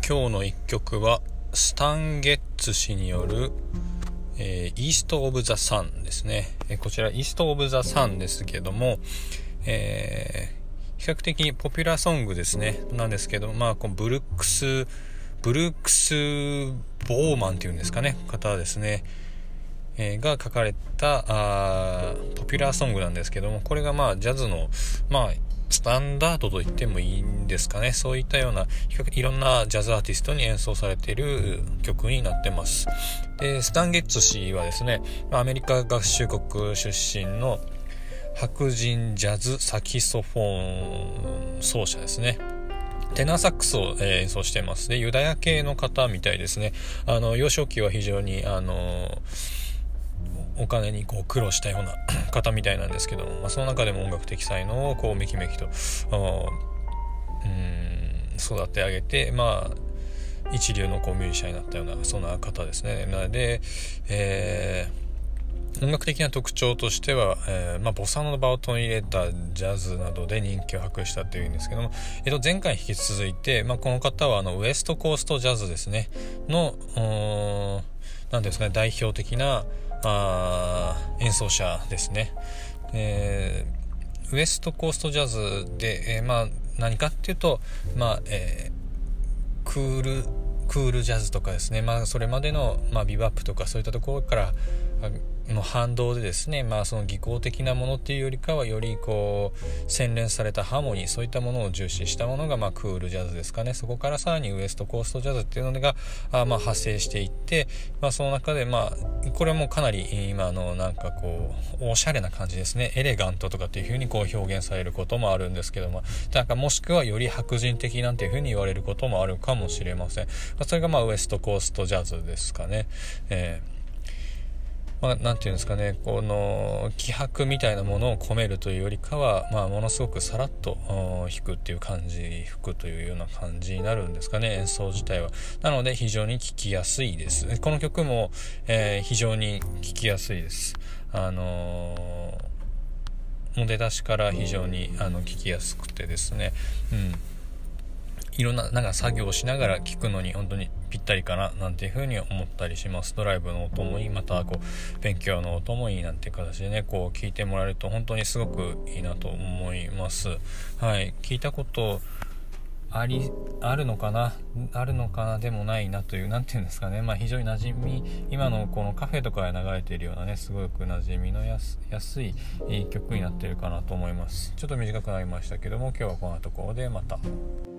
今日の一曲はスタン・ゲッツ氏による、イースト・オブ・ザ・サンですね。こちらイースト・オブ・ザ・サンですけども、比較的ポピュラーソングですねなんですけど、このブルックス・ボーマンっていうんですかね方ですね、が書かれたポピュラーソングなんですけども、これがジャズのスタンダードと言ってもいいんですかね。そういったようないろんなジャズアーティストに演奏されている曲になってます。でスタン・ゲッツ氏はですね、アメリカ合衆国出身の白人ジャズサキソフォン奏者ですね。テナーサックスを演奏しています。でユダヤ系の方みたいですね。幼少期は非常にお金に苦労したような方みたいなんですけども、その中でも音楽的才能をめきめきと育て上げて、一流のミュージシャンになったようなそんな方ですね。なので、音楽的な特徴としては、ボサノバを取り入れたジャズなどで人気を博したというんですけども、前回引き続いて、この方はウエストコーストジャズですねのなんですかね、代表的な演奏者ですね。ウエストコーストジャズで、何かっていうと、クールジャズとかですね、それまでの、ビバップとかそういったところからの反動でですね、その技巧的なものっていうよりかはより洗練されたハーモニー、そういったものを重視したものがクールジャズですかね。そこからさらにウエストコーストジャズっていうのが派生していって、その中でこれはもうかなり今のおしゃれな感じですね。エレガントとかっていう風に表現されることもあるんですけども、もしくはより白人的なんていう風に言われることもあるかもしれません。それがウエストコーストジャズですかね。なんていうんですかね、この気迫みたいなものを込めるというよりかは、ものすごくさらっと弾くっていう感じ、吹くというような感じになるんですかね、演奏自体は。なので非常に聴きやすいです。この曲も、非常に聴きやすいです。もう出だしから非常に聴きやすくてですね、いろんな作業をしながら聴くのに本当にぴったりかななんていう風に思ったりします。ドライブの音もいい、また勉強の音もいいなんていう形でね、聴いてもらえると本当にすごくいいなと思います。聞いたことあるのかなでもないなという、なんていうんですかね、非常に馴染み、今のこのカフェとかで流れているようなね、すごく馴染みの安い曲になっているかなと思います。ちょっと短くなりましたけども、今日はこんなところでまた。